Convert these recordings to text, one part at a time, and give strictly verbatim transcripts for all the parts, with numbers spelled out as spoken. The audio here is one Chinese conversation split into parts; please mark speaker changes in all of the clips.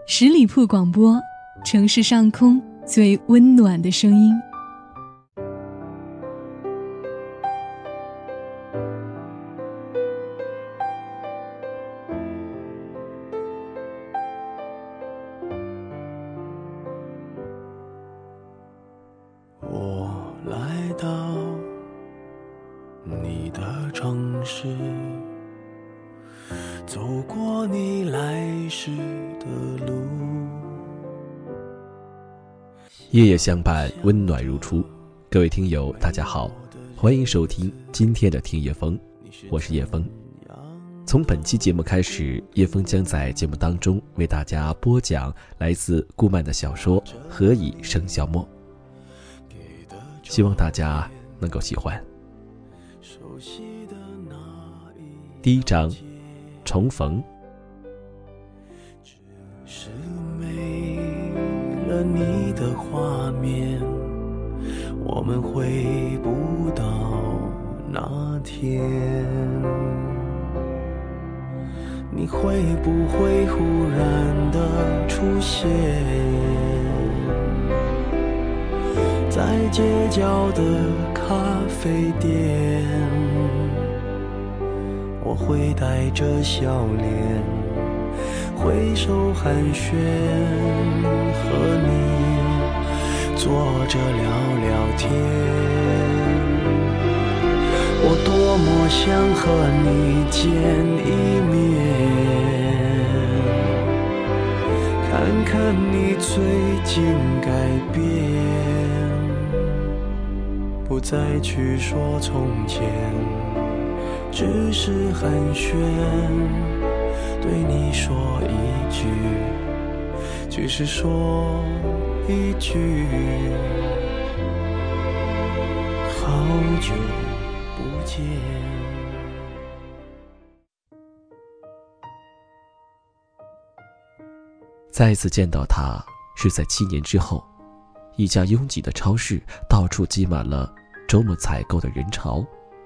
Speaker 1: 十里铺广播，城市上空最温暖的声音。
Speaker 2: 我来到你的城市，走过你来时的路。
Speaker 3: 夜夜相伴，温暖如初。各位听友大家好，欢迎收听今天的听夜风，我是叶风。从本期节目开始，叶风将在节目当中为大家播讲来自顾漫的小说《何以笙箫默》，希望大家能够喜欢。第一章，重逢。
Speaker 2: 只是没了你的画面，我们回不到那天。你会不会忽然的出现在街角的咖啡店？我会带着笑脸挥手寒暄，和你坐着聊聊天。我多么想和你见一面，看看你最近改变，不再去说从前，只是寒暄，对你说一句，只是说一句，好久不见。
Speaker 3: 再一次见到他是在七年之后，一家拥挤的超市，到处挤满了周末采购的人潮。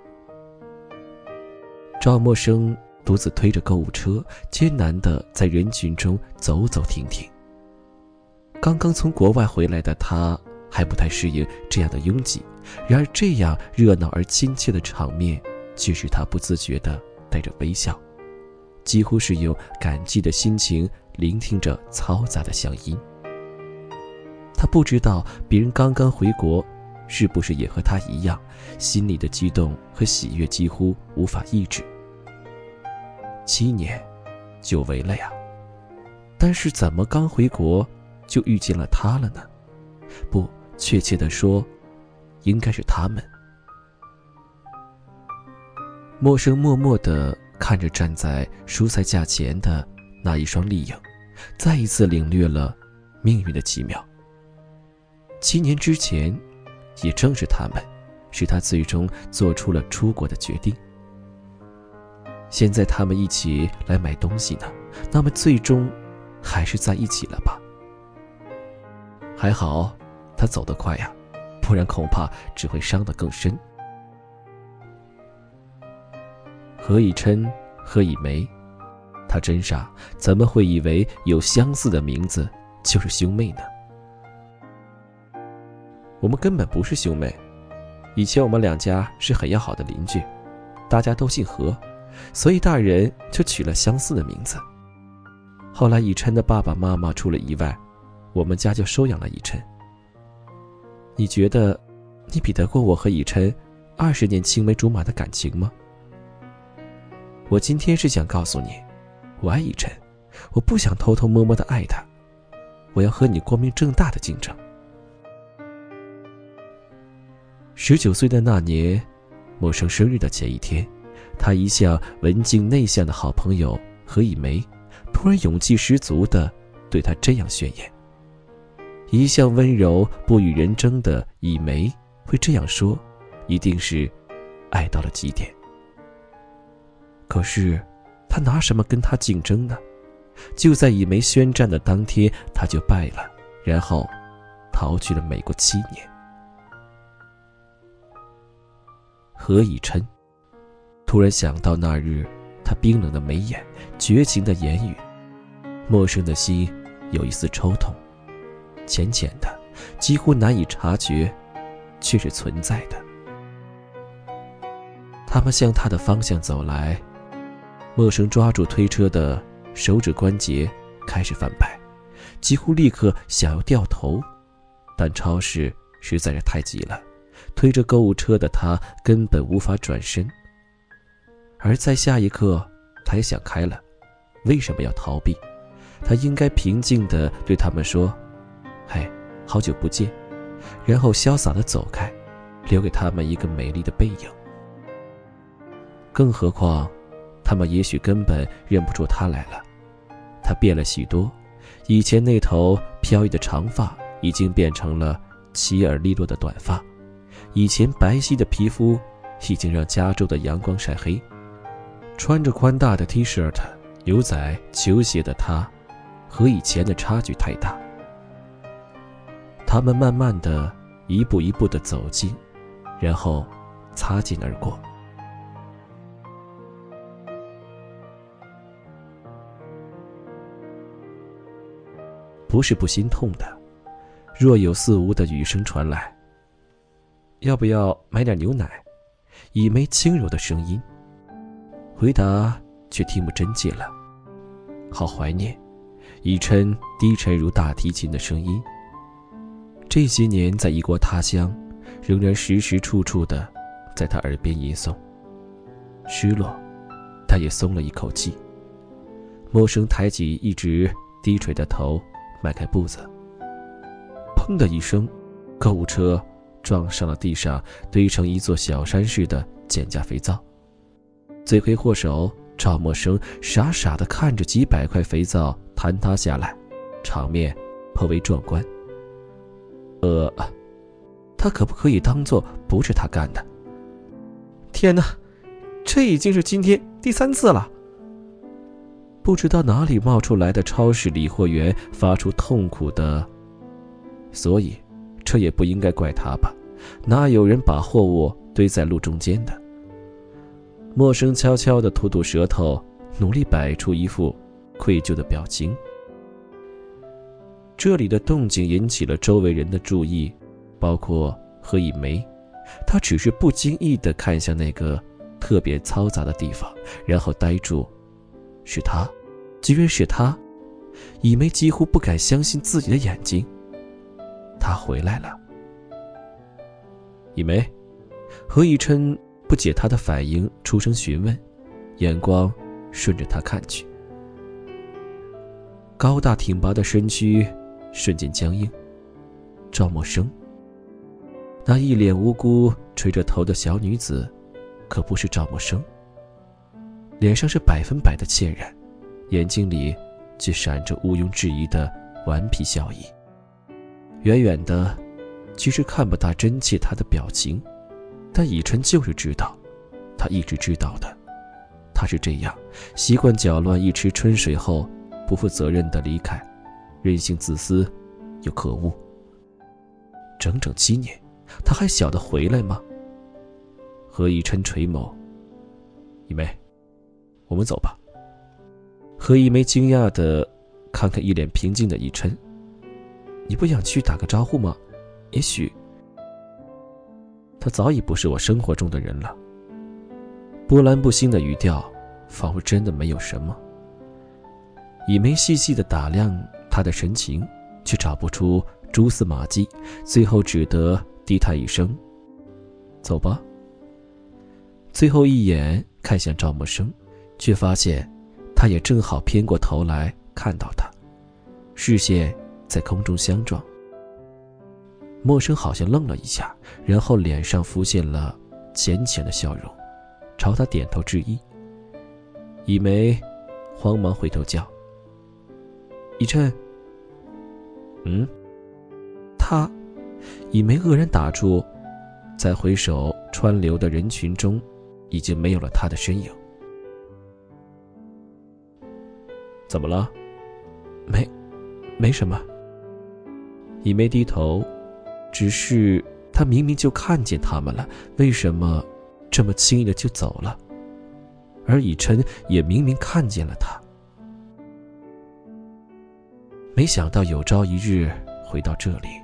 Speaker 3: 赵默笙独自推着购物车，艰难地在人群中走走停停。刚刚从国外回来的他还不太适应这样的拥挤，然而这样热闹而亲切的场面却使他不自觉地带着微笑，几乎是用感激的心情聆听着嘈杂的乡音。他不知道别人刚刚回国是不是也和他一样，心里的激动和喜悦几乎无法抑制。七年，久违了呀。但是怎么刚回国就遇见了他了呢？不，确切地说，应该是他们。默笙默默地看着站在蔬菜架前的那一双丽影，再一次领略了命运的奇妙。七年之前，也正是他们，使他最终做出了出国的决定。现在他们一起来买东西呢，那么最终还是在一起了吧？还好他走得快呀，不然恐怕只会伤得更深。何以琛，何以梅，他真傻，怎么会以为有相似的名字就是兄妹呢？我们根本不是兄妹，以前我们两家是很要好的邻居，大家都姓何，所以大人就取了相似的名字。后来以琛的爸爸妈妈出了意外，我们家就收养了以琛。你觉得你比得过我和以琛二十年青梅竹马的感情吗？我今天是想告诉你，我爱以琛，我不想偷偷摸摸的爱他，我要和你光明正大的竞争。十九岁的那年，默笙生日的前一天，他一向文静内向的好朋友何以梅突然勇气十足地对他这样宣言。一向温柔不与人争的以梅会这样说，一定是爱到了极点。可是他拿什么跟他竞争呢？就在以梅宣战的当天，他就败了，然后逃去了美国七年。何以琛突然想到那日他冰冷的眉眼，绝情的言语，陌生的心有一丝抽痛，浅浅的，几乎难以察觉，却是存在的。他们向他的方向走来，陌生抓住推车的手指关节开始翻白，几乎立刻想要掉头，但超市实在是太挤了，推着购物车的他根本无法转身。而在下一刻，他也想开了，为什么要逃避？他应该平静地对他们说：“嘿，好久不见。”然后潇洒地走开，留给他们一个美丽的背影。更何况，他们也许根本认不出他来了。他变了许多，以前那头飘逸的长发已经变成了齐耳利落的短发，以前白皙的皮肤已经让加州的阳光晒黑。穿着宽大的 T 恤、牛仔球鞋的他，和以前的差距太大。他们慢慢的一步一步的走近，然后擦肩而过。不是不心痛的，若有似无的语声传来：“要不要买点牛奶？”以梅轻柔的声音。回答却听不真切了。好怀念，以琛低沉如大提琴的声音。这些年在异国他乡，仍然时时处处的在他耳边吟诵。失落，但也松了一口气。陌生抬起一直低垂的头，迈开步子。砰的一声，购物车撞上了地上堆成一座小山似的减价肥皂。罪魁祸首赵默笙傻傻地看着几百块肥皂坍塌下来，场面颇为壮观。呃，他可不可以当作不是他干的？天哪，这已经是今天第三次了。不知道哪里冒出来的超市理货员发出痛苦的，所以这也不应该怪他吧，哪有人把货物堆在路中间的？默笙悄悄地吐吐舌头，努力摆出一副愧疚的表情。这里的动静引起了周围人的注意，包括何以梅。他只是不经意地看向那个特别嘈杂的地方，然后呆住。是他，居然是他！以梅几乎不敢相信自己的眼睛。他回来了。以梅，何以琛不解他的反应，出声询问，眼光顺着他看去。高大挺拔的身躯瞬间僵硬。赵默笙，那一脸无辜垂着头的小女子，可不是赵默笙。脸上是百分百的歉然，眼睛里却闪着毋庸置疑的顽皮笑意。远远的，其实看不大真切他的表情，但以琛就是知道，他一直知道的。他是这样，习惯搅乱一池春水后，不负责任的离开，任性自私又可恶。整整七年，他还晓得回来吗？何以琛垂眸，以梅，我们走吧。何以梅惊讶地看看一脸平静的以琛，你不想去打个招呼吗？也许他早已不是我生活中的人了。波澜不兴的语调仿佛真的没有什么。以梅细细地打量他的神情，却找不出蛛丝马迹，最后只得低叹一声，走吧。最后一眼看向赵默笙，却发现他也正好偏过头来看到他，视线在空中相撞。默笙好像愣了一下，然后脸上浮现了浅浅的笑容，朝他点头致意。以梅慌忙回头叫，以琛。嗯，他。以梅愕然打住，再回首川流的人群中，已经没有了他的身影。怎么了？没没什么。以梅低头，只是他明明就看见他们了，为什么这么轻易的就走了？而以琛也明明看见了他。 没想到有朝一日回到这里。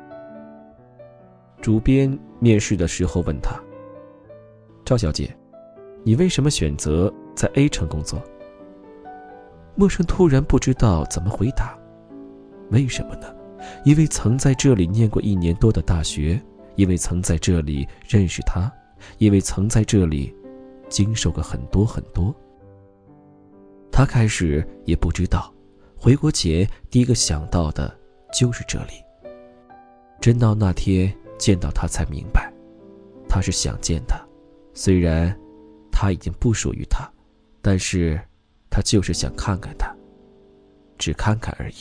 Speaker 3: 主编面试的时候问他：赵小姐，你为什么选择在 A 城工作？陌生突然不知道怎么回答。为什么呢？因为曾在这里念过一年多的大学，因为曾在这里认识他，因为曾在这里经受过很多很多。他开始也不知道，回国前第一个想到的就是这里。真到那天见到他才明白，他是想见他，虽然他已经不属于他，但是他就是想看看他，只看看而已。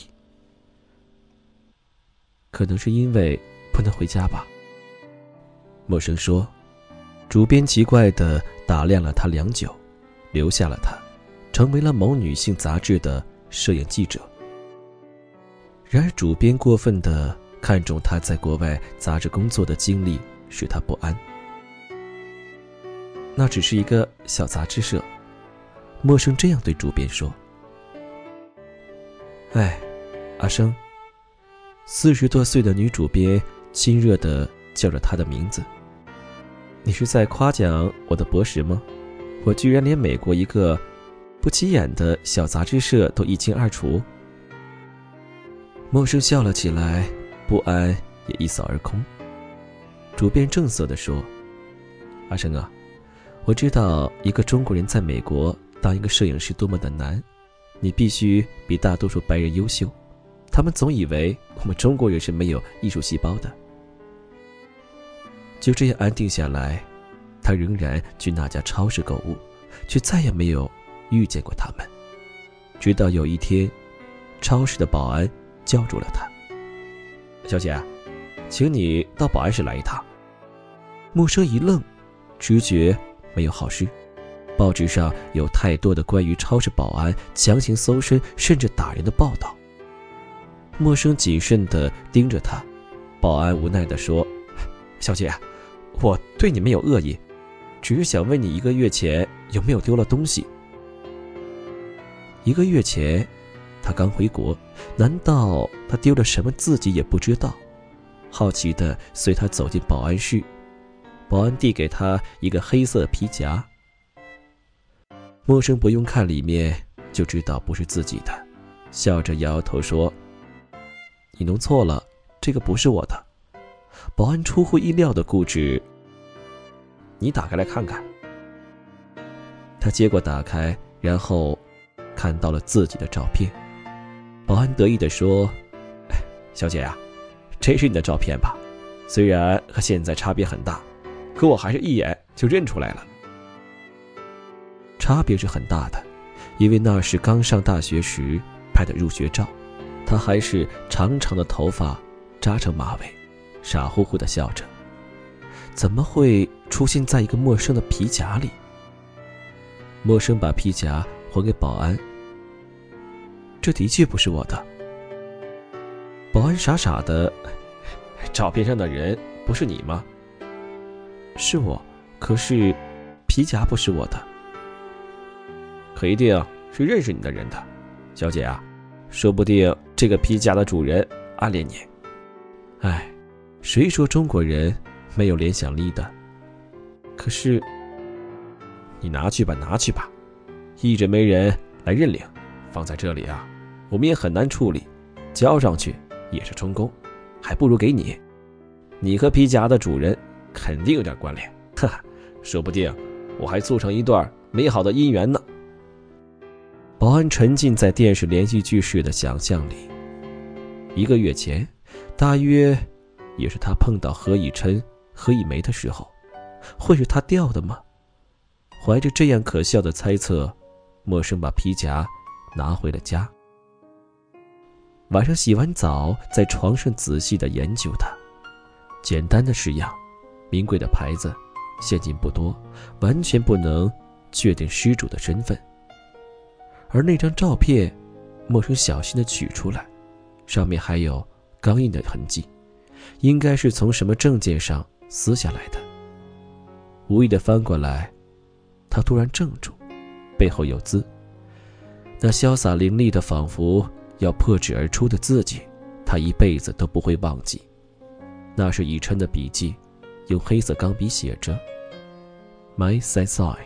Speaker 3: 可能是因为不能回家吧。陌生说。主编奇怪地打量了他良久，留下了他，成为了某女性杂志的摄影记者。然而主编过分地看重他在国外杂志工作的经历，使他不安。那只是一个小杂志社，陌生这样对主编说。哎，阿生。四十多岁的女主编亲热地叫着他的名字。你是在夸奖我的博识吗？我居然连美国一个不起眼的小杂志社都一清二楚。陌生笑了起来，不安也一扫而空。主编正色地说：阿生啊，我知道一个中国人在美国当一个摄影师多么的难，你必须比大多数白人优秀，他们总以为我们中国人是没有艺术细胞的。就这样安定下来，他仍然去那家超市购物，却再也没有遇见过他们。直到有一天，超市的保安叫住了他：小姐，请你到保安室来一趟。陌生一愣，直觉没有好事。报纸上有太多的关于超市保安强行搜身甚至打人的报道。陌生谨慎地盯着他，保安无奈地说：小姐，我对你没有恶意，只是想问你一个月前有没有丢了东西。一个月前他刚回国，难道他丢了什么自己也不知道？好奇地随他走进保安室，保安递给他一个黑色皮夹。陌生不用看里面就知道不是自己的，笑着摇摇头说：你弄错了，这个不是我的。保安出乎意料的固执：你打开来看看。他接过打开，然后看到了自己的照片。保安得意地说：小姐啊，这是你的照片吧？虽然和现在差别很大，可我还是一眼就认出来了。差别是很大的，因为那是刚上大学时拍的入学照，他还是长长的头发扎成马尾，傻乎乎地笑着。怎么会出现在一个陌生的皮夹里？陌生把皮夹还给保安。这的确不是我的。保安傻傻的：照片上的人不是你吗？是我，可是皮夹不是我的。可一定是认识你的人的，小姐啊，说不定这个皮夹的主人暗恋你。哎，谁说中国人没有联想力的？可是你拿去吧，拿去吧，一直没人来认领，放在这里啊，我们也很难处理，交上去也是充公，还不如给你。你和皮夹的主人肯定有点关联，哈哈，说不定我还促成一段美好的姻缘呢。保安沉浸在电视连续剧式的想象里。一个月前，大约也是他碰到何以琛、何以梅的时候，会是他掉的吗？怀着这样可笑的猜测，陌生把皮夹拿回了家。晚上洗完澡，在床上仔细地研究它。简单的式样，名贵的牌子，现金不多，完全不能确定失主的身份。而那张照片，陌生小心地取出来，上面还有钢印的痕迹，应该是从什么证件上撕下来的。无意地翻过来，他突然怔住，背后有字，那潇洒凌厉的仿佛要破纸而出的自己，他一辈子都不会忘记。那是以琛的笔记，用黑色钢笔写着 My Sensei。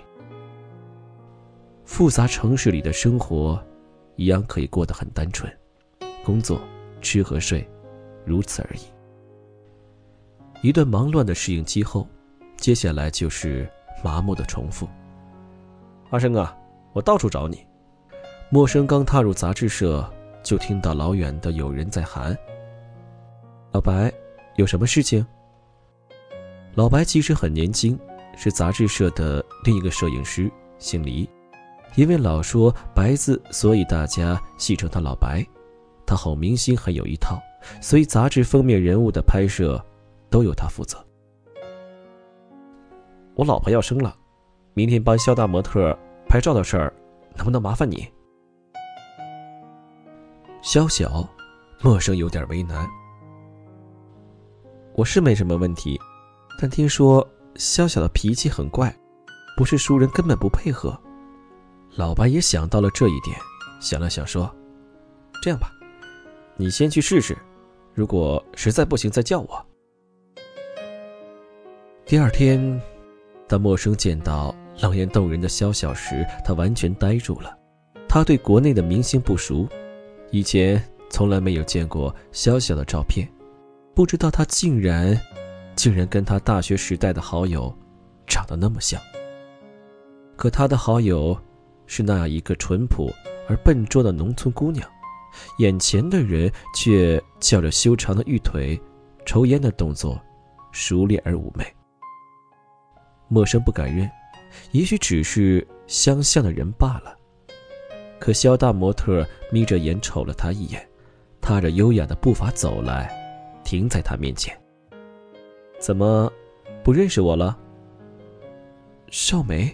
Speaker 3: 复杂城市里的生活一样可以过得很单纯，工作、吃和睡，如此而已。一段忙乱的适应期后，接下来就是麻木的重复。阿生啊，我到处找你。陌生刚踏入杂志社，就听到老远的有人在喊：老白，有什么事情？老白其实很年轻，是杂志社的另一个摄影师，姓黎。因为老说白字，所以大家戏称他老白。他哄明星很有一套，所以杂志封面人物的拍摄都由他负责。我老婆要生了，明天帮肖大模特拍照的事儿，能不能麻烦你？肖小，陌生有点为难。我是没什么问题，但听说肖小的脾气很怪，不是熟人根本不配合。老白也想到了这一点，想了想说：这样吧，你先去试试，如果实在不行再叫我。第二天，当陌生见到冷艳动人的肖小时，他完全呆住了。他对国内的明星不熟，以前从来没有见过肖小的照片，不知道他竟然竟然跟他大学时代的好友长得那么像。可他的好友是那样一个淳朴而笨拙的农村姑娘，眼前的人却翘着修长的玉腿，抽烟的动作熟练而妩媚。陌生不敢认，也许只是相像的人罢了。可肖大模特眯着眼瞅了他一眼，踏着优雅的步伐走来，停在他面前。怎么不认识我了？少梅。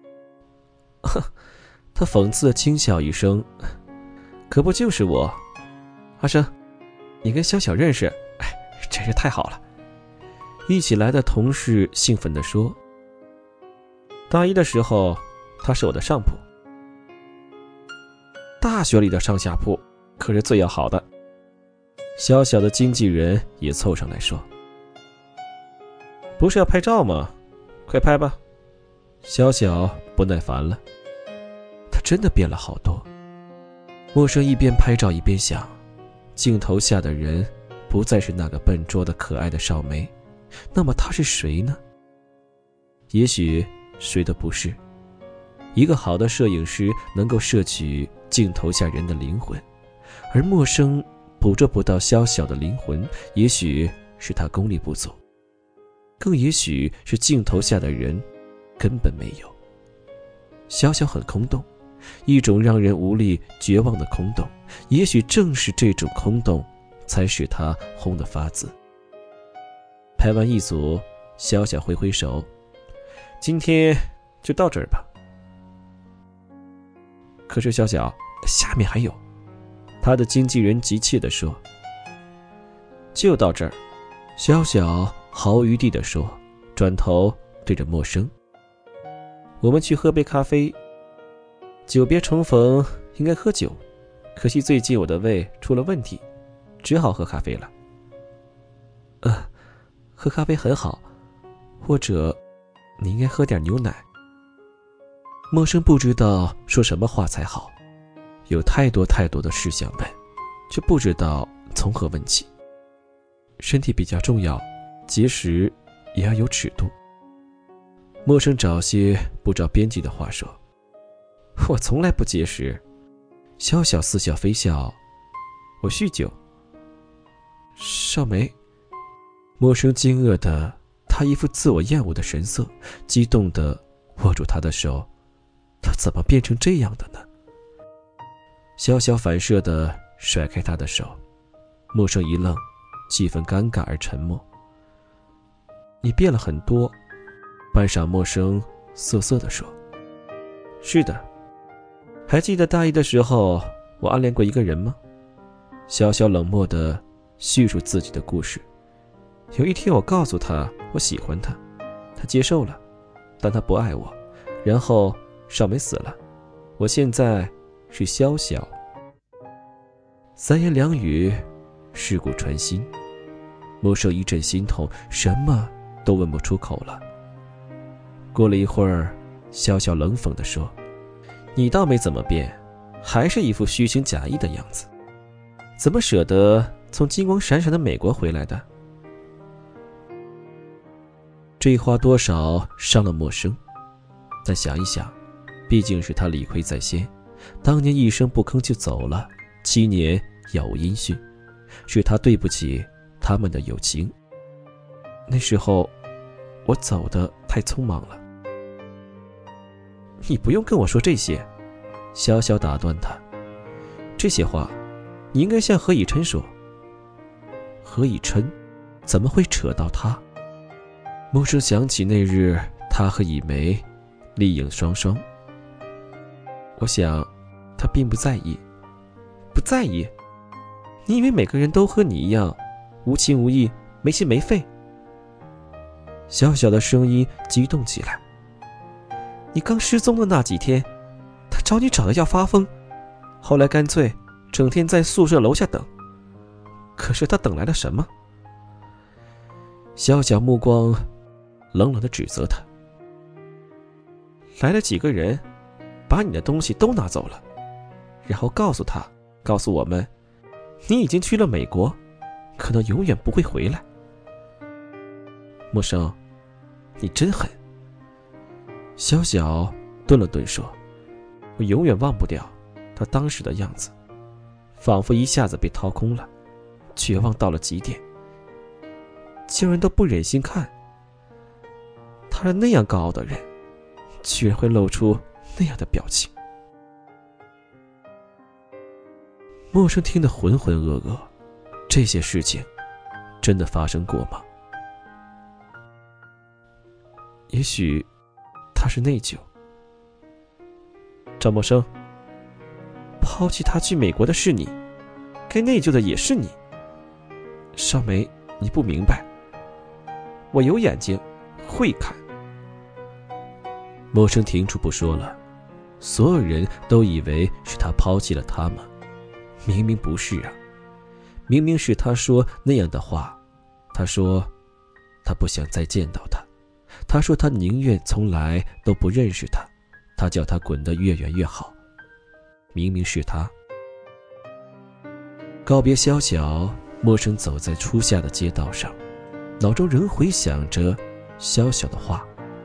Speaker 3: 他讽刺地轻笑一声，可不就是我。阿生，你跟肖小认识，哎，真是太好了。一起来的同事兴奋地说，大一的时候他是我的上铺，大学里的上下铺可是最要好的。小小的经纪人也凑上来说，不是要拍照吗？快拍吧。小小不耐烦了，他真的变了好多。陌生一边拍照一边想，镜头下的人不再是那个笨拙的可爱的少梅，那么他是谁呢？也许谁都不是。一个好的摄影师能够摄取镜头下人的灵魂，而陌生捕捉不到小小的灵魂，也许是他功力不足，更也许是镜头下的人根本没有。小小很空洞，一种让人无力绝望的空洞，也许正是这种空洞才使他红得发紫。拍完一组，小小挥挥手，今天就到这儿吧。可是小小，下面还有。他的经纪人急切地说。就到这儿。小小毫无余地地说，转头对着陌生，我们去喝杯咖啡。久别重逢应该喝酒，可惜最近我的胃出了问题，只好喝咖啡了。呃，喝咖啡很好，或者你应该喝点牛奶。陌生不知道说什么话才好，有太多太多的事想问，却不知道从何问起。身体比较重要，节食也要有尺度。陌生找些不着边际的话说，我从来不节食。小小似笑非笑，我酗酒。少梅。陌生惊愕的他一副自我厌恶的神色，激动地握住他的手，他怎么变成这样的呢？小小反射地甩开他的手，陌生一愣，气氛尴尬而沉默。你变了很多。半晌，陌生涩涩地说，是的。还记得大一的时候我暗恋过一个人吗？小小冷漠地叙述自己的故事。有一天我告诉他我喜欢他，他接受了，但他不爱我，然后少梅死了，我现在是肖小。 三言两语，事过传心。默笙一阵心痛，什么都问不出口了。过了一会儿，潇潇冷讽地说：“你倒没怎么变，还是一副虚情假意的样子。怎么舍得从金光闪闪的美国回来的？”这话多少伤了默笙，但想一想，毕竟是他理亏在先，当年一声不吭就走了，七年杳无音讯，是他对不起他们的友情。那时候我走得太匆忙了。你不用跟我说这些，潇潇打断他，这些话你应该向何以琛说。何以琛怎么会扯到他？默笙想起那日他和以梅丽影双双，我想他并不在意。不在意？你以为每个人都和你一样无情无义，没心没肺？小小的声音激动起来。你刚失踪的那几天，他找你找得要发疯，后来干脆整天在宿舍楼下等。可是他等来了什么？小小目光冷冷地指责他。来了几个人，把你的东西都拿走了，然后告诉他，告诉我们，你已经去了美国，可能永远不会回来。默笙，你真狠。小小顿了顿说，我永远忘不掉他当时的样子，仿佛一下子被掏空了，绝望到了极点，叫人都不忍心看。他是那样高傲的人，居然会露出那样的表情。默笙听得浑浑噩噩，这些事情真的发生过吗？也许他是内疚。赵默笙，抛弃他去美国的是你，该内疚的也是你。少梅，你不明白，我有眼睛，会看。默笙停住不说了，所有人都以为是他抛弃了他们，明明不是啊，明明是他说那样的话。他说他不想再见到他，他说他宁愿从来都不认识他，他叫他滚得越远越好。明明是他。告别萧晓，默笙走在初夏的街道上，脑中仍回想着萧晓的话。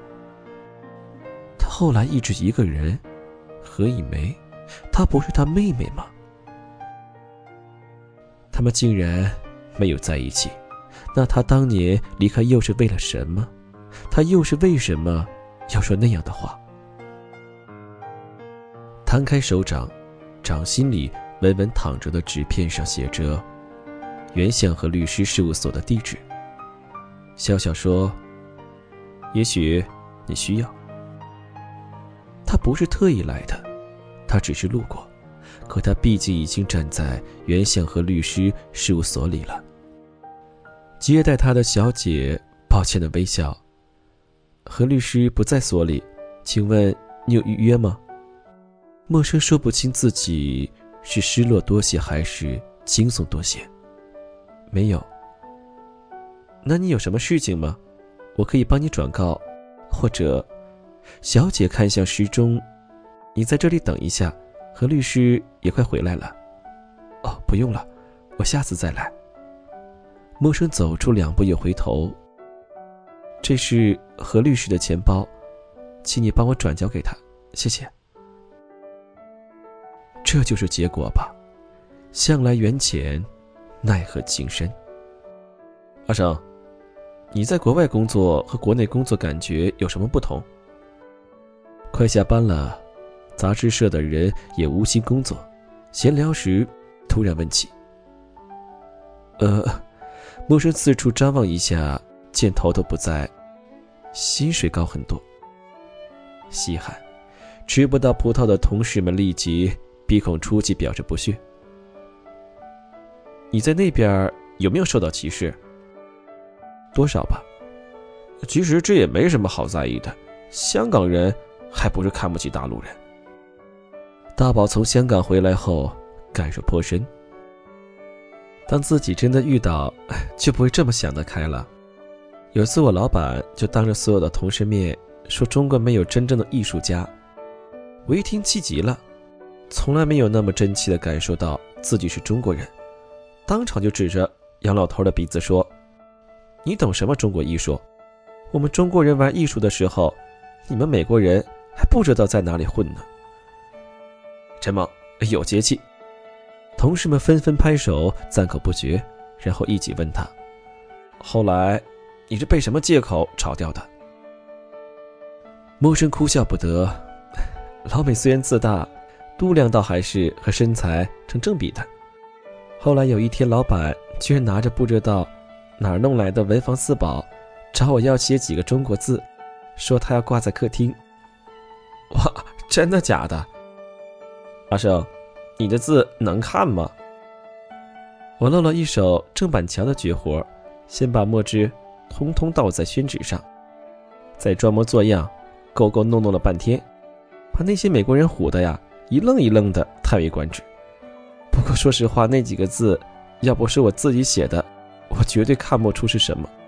Speaker 3: 他后来一直一个人，何以梅，她不是他妹妹吗？他们竟然没有在一起，那他当年离开又是为了什么？他又是为什么要说那样的话？摊开手掌，掌心里稳稳躺着的纸片上写着袁相和律师事务所的地址。笑笑说，也许你需要。他不是特意来的，他只是路过，可他毕竟已经站在袁相和律师事务所里了。接待他的小姐抱歉的微笑，何律师不在所里，请问你有预约吗？默笙说不清自己是失落多些还是轻松多些。没有。那你有什么事情吗？我可以帮你转告，或者……小姐看向时钟，你在这里等一下，何律师也快回来了。哦，不用了，我下次再来。默笙走出两步又回头，这是何律师的钱包，请你帮我转交给他，谢谢。这就是结果吧，向来缘浅，奈何情深。阿生，你在国外工作和国内工作感觉有什么不同？快下班了，杂志社的人也无心工作，闲聊时突然问起。呃，默笙四处张望一下，见头头不在，薪水高很多。稀罕，吃不到葡萄的同事们立即鼻孔出气表示不屑。你在那边有没有受到歧视？多少吧。其实这也没什么好在意的，香港人还不是看不起大陆人。大宝从香港回来后感受颇深， 当自己真的遇到，就不会这么想得开了。有次我老板就当着所有的同事面说中国没有真正的艺术家，我一听气急了，从来没有那么真切地感受到自己是中国人，当场就指着杨老头的鼻子说：你懂什么中国艺术？我们中国人玩艺术的时候，你们美国人还不知道在哪里混呢。陈猛有节气，同事们纷纷拍手赞口不绝，然后一起问他：后来你是被什么借口炒掉的？陌生哭笑不得，老美虽然自大，度量倒还是和身材成正比的。后来有一天，老板居然拿着不知道哪儿弄来的文房四宝，找我要写几个中国字，说他要挂在客厅。哇，真的假的？阿生，你的字能看吗？我露了一手郑板桥的绝活，先把墨汁通通倒在宣纸上，再装模作样勾勾弄弄了半天，把那些美国人唬得呀一愣一愣的，叹为观止。不过说实话，那几个字要不是我自己写的，我绝对看不出是什么。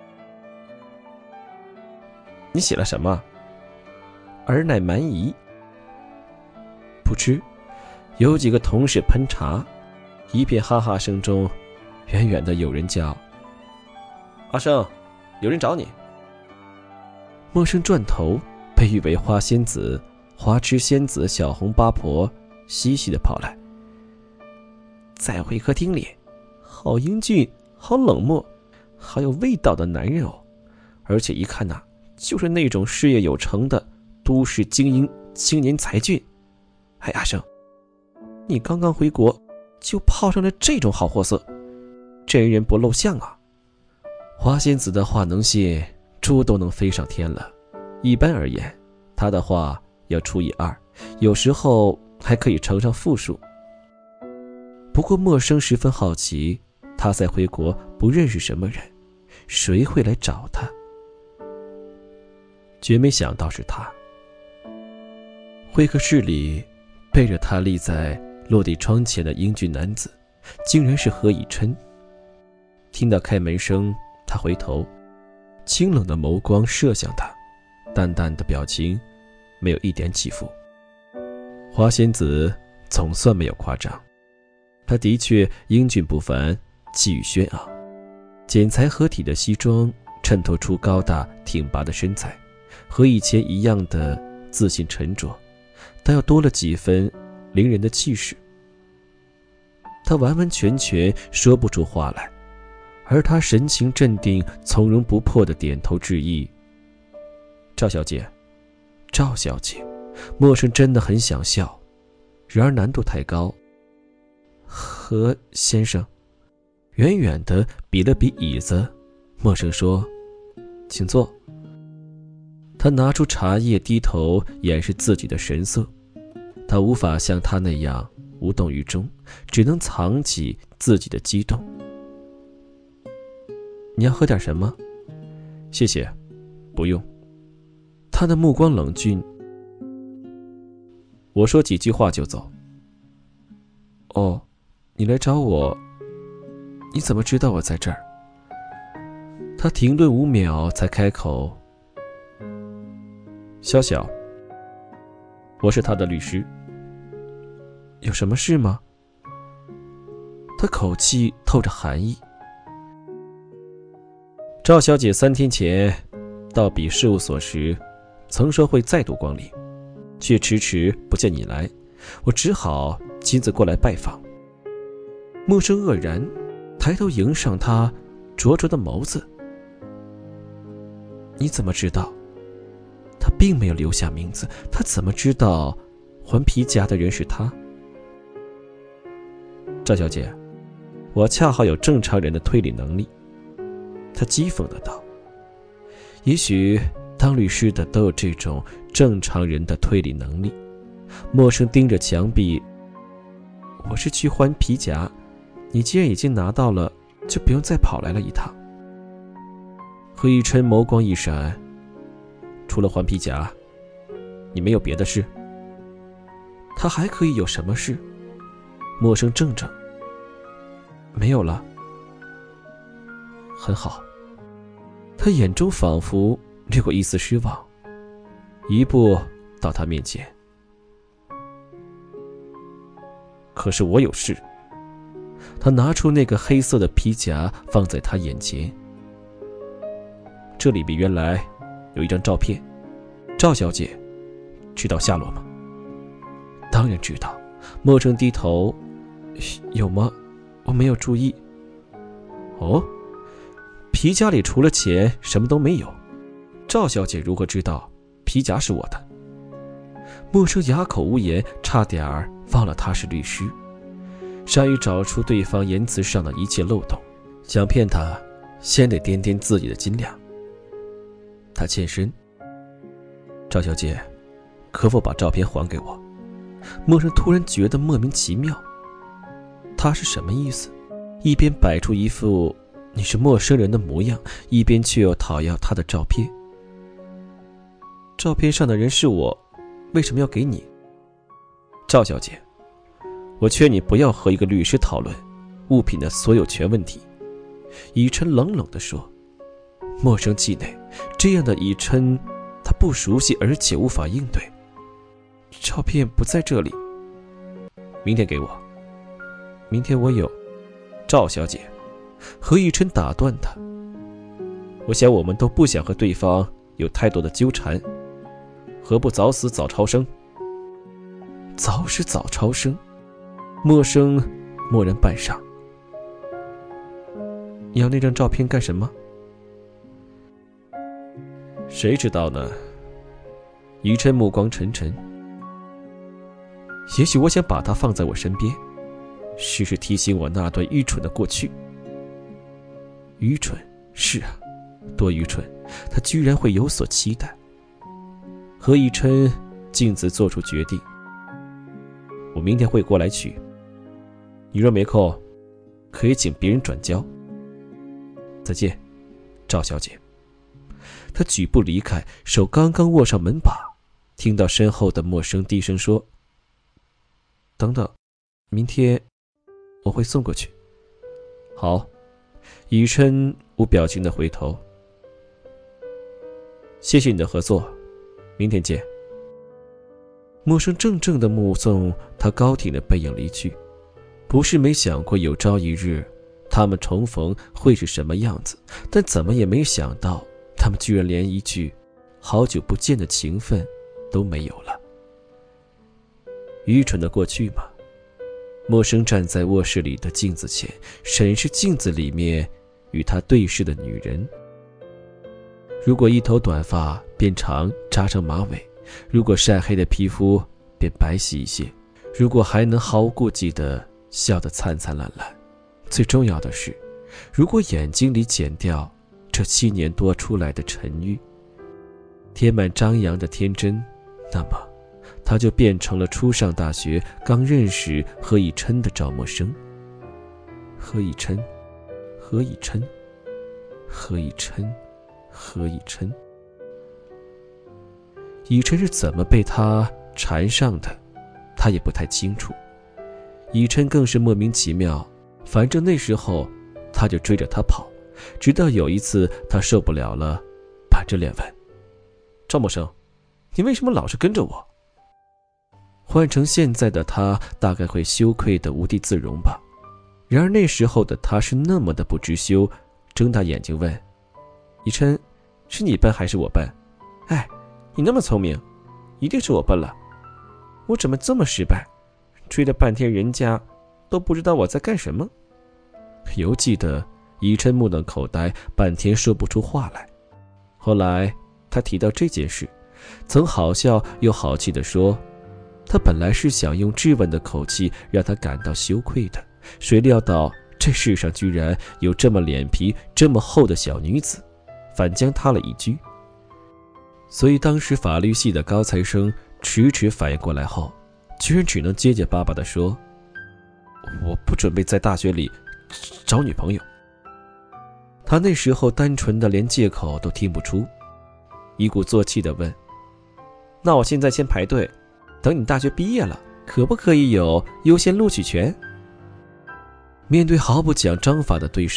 Speaker 3: 你写了什么？尔乃蛮夷。不知有几个同事喷茶，一片哈哈声中，远远的有人叫：阿生，有人找你。陌生转头，被誉为花仙子、花痴仙子小红八婆嘻嘻的跑来。在会客厅里，好英俊，好冷漠，好有味道的男人哦，而且一看呐、啊，就是那种事业有成的都市精英青年才俊。哎，阿生，你刚刚回国就泡上了这种好货色，真人不露相啊！花仙子的话能信，猪都能飞上天了。一般而言，他的话要除以二，有时候还可以乘上负数。不过陌生十分好奇，他在回国不认识什么人，谁会来找他？绝没想到是他。会客室里，背着他立在落地窗前的英俊男子，竟然是何以琛。听到开门声，他回头，清冷的眸光射向他，淡淡的表情没有一点起伏。花仙子总算没有夸张，他的确英俊不凡，气宇轩昂，剪裁合体的西装衬托出高大挺拔的身材，和以前一样的自信沉着，但又多了几分凌人的气势。他完完全全说不出话来，而他神情镇定，从容不迫地点头致意。赵小姐，赵小姐，陌生真的很想笑，然而难度太高。何先生，远远地比了比椅子，陌生说：请坐。他拿出茶叶，低头掩饰自己的神色。他无法像他那样无动于衷，只能藏起自己的激动。你要喝点什么？谢谢，不用。他的目光冷峻。我说几句话就走。哦，你来找我，你怎么知道我在这儿？他停顿五秒才开口。萧晓，我是他的律师。有什么事吗？他口气透着寒意。赵小姐三天前到彼事务所时，曾说会再度光临，却迟迟不见你来，我只好亲自过来拜访。陌生愕然，抬头迎上他灼灼的眸子。你怎么知道？他并没有留下名字，他怎么知道还皮夹的人是他？赵小姐，我恰好有正常人的推理能力。他讥讽的道。也许当律师的都有这种正常人的推理能力。陌生盯着墙壁。我是去还皮夹，你既然已经拿到了，就不用再跑来了一趟。何以琛眸光一闪，除了还皮夹，你没有别的事？他还可以有什么事？陌生怔怔，没有了， 很好。他眼中仿佛掠过一丝失望，一步到他面前。可是我有事。他拿出那个黑色的皮夹放在他眼前，这里比原来有一张照片。赵小姐知道下落吗？当然知道。默笙低头，有吗？我没有注意。哦，皮夹里除了钱什么都没有。赵小姐如何知道皮夹是我的？默笙哑口无言，差点儿忘了他是律师，善于找出对方言辞上的一切漏洞，想骗他先得掂掂自己的斤两。他欠身，赵小姐，可否把照片还给我？默笙突然觉得莫名其妙，他是什么意思？一边摆出一副你是陌生人的模样，一边却又讨要他的照片。照片上的人是我，为什么要给你？赵小姐，我劝你不要和一个律师讨论物品的所有权问题。以琛冷冷地说。默笙气馁，这样的以琛他不熟悉，而且无法应对。照片不在这里，明天给我。明天我有。赵小姐，何以琛打断他。我想我们都不想和对方有太多的纠缠，何不早死早超生？早死早超生？默笙默然半晌。你要那张照片干什么？谁知道呢？以琛目光沉沉。也许我想把它放在我身边，时时提醒我那段愚蠢的过去。愚蠢，是啊，多愚蠢，他居然会有所期待。何以琛径自做出决定，我明天会过来取，你若没空，可以请别人转交。再见，赵小姐。他举步离开，手刚刚握上门把，听到身后的默笙低声说：等等，明天我会送过去。好。以琛无表情地回头。谢谢你的合作，明天见。默笙怔怔地目送他高挺的背影离去，不是没想过有朝一日他们重逢会是什么样子，但怎么也没想到他们居然连一句好久不见的情分都没有了。愚蠢的过去吗？默笙站在卧室里的镜子前，审视镜子里面与他对视的女人。如果一头短发变长扎成马尾，如果晒黑的皮肤变白皙一些，如果还能毫无顾忌地笑得灿灿烂烂，最重要的是，如果眼睛里减掉这七年多出来的沉郁，填满张扬的天真，那么他就变成了初上大学刚认识何以琛的赵默笙。何以琛，何以琛，何以琛，何以琛。以琛是怎么被他缠上的，他也不太清楚。以琛更是莫名其妙，反正那时候他就追着他跑，直到有一次他受不了了，板着脸问：赵默笙，你为什么老是跟着我？换成现在的他，大概会羞愧得无地自容吧。然而那时候的他是那么的不知羞，睁大眼睛问：以琛，是你笨还是我笨？哎，你那么聪明，一定是我笨了。我怎么这么失败？追了半天人家都不知道我在干什么。犹记得以琛目瞪口呆，半天说不出话来。后来他提到这件事，曾好笑又好气地说，他本来是想用质问的口气让他感到羞愧的，谁料到这世上居然有这么脸皮这么厚的小女子，反将他了一居。所以当时法律系的高材生迟迟反应过来后，居然只能结结巴巴地说，我不准备在大学里找女朋友。他那时候单纯的连借口都听不出，一鼓作气地问，那我现在先排队，等你大学毕业了，可不可以有优先录取权？面对毫不讲章法的对手，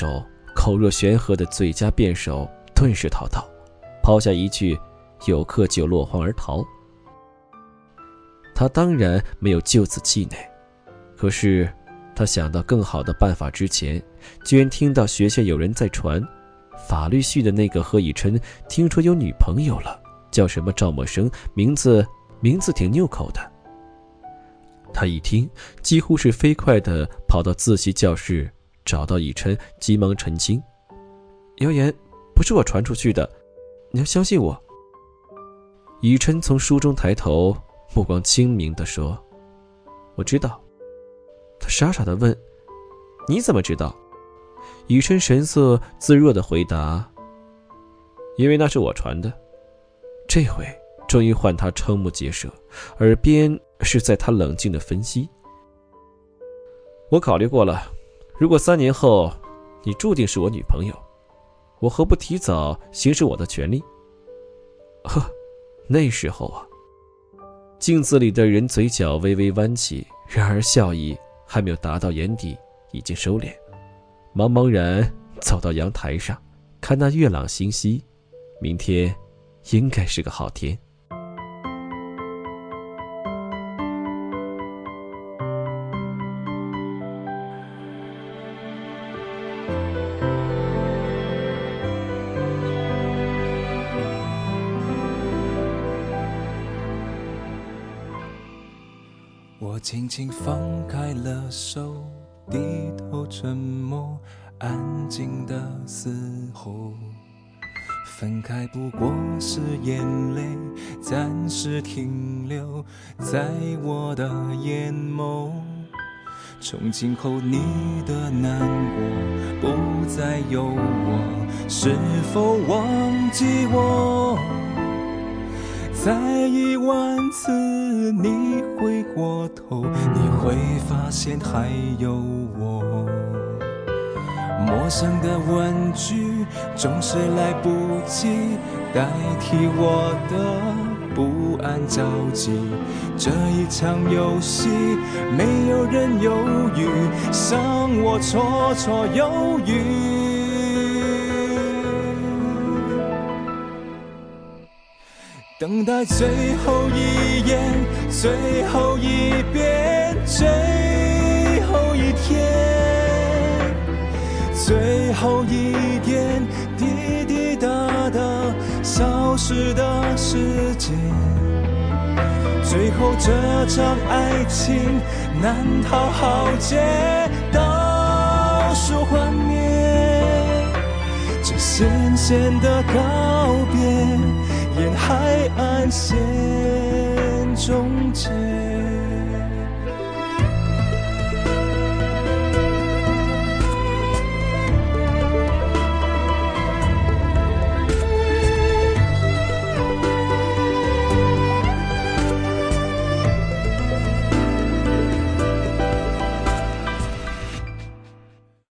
Speaker 3: 口若悬河的最佳辩手顿时逃到，抛下一句有客就落荒而逃。他当然没有就此气馁，可是他想到更好的办法之前，居然听到学校有人在传，法律系的那个何以琛听说有女朋友了，叫什么赵默笙，名字名字挺拗口的。他一听，几乎是飞快地跑到自习教室，找到以琛，急忙澄清：谣言不是我传出去的，你要相信我。以琛从书中抬头，目光清明地说：我知道。他傻傻地问：你怎么知道？以琛神色自若地回答：因为那是我传的。这回终于换他瞠目结舌，耳边是在他冷静地分析：我考虑过了，如果三年后你注定是我女朋友，我何不提早行使我的权利？呵，那时候啊。镜子里的人嘴角微微弯起，然而笑意还没有达到眼底，已经收敛，茫茫然走到阳台上，看那月朗星稀，明天应该是个好天。
Speaker 2: 我轻轻放开了手，低头沉默，安静的嘶吼。分开不过是眼泪暂时停留在我的眼眸，从今后你的难过不再有我，是否忘记我？再一万次你回过头，你会发现还有我。陌生的问句总是来不及代替我的不安着急，这一场游戏没有人犹豫，让我绰绰有余。等待最后一眼，最后一遍，最后一天，最后一点滴滴答答消失的时间，最后这场爱情难逃浩劫，倒数幻灭，这咸咸的告别沿海岸线终结。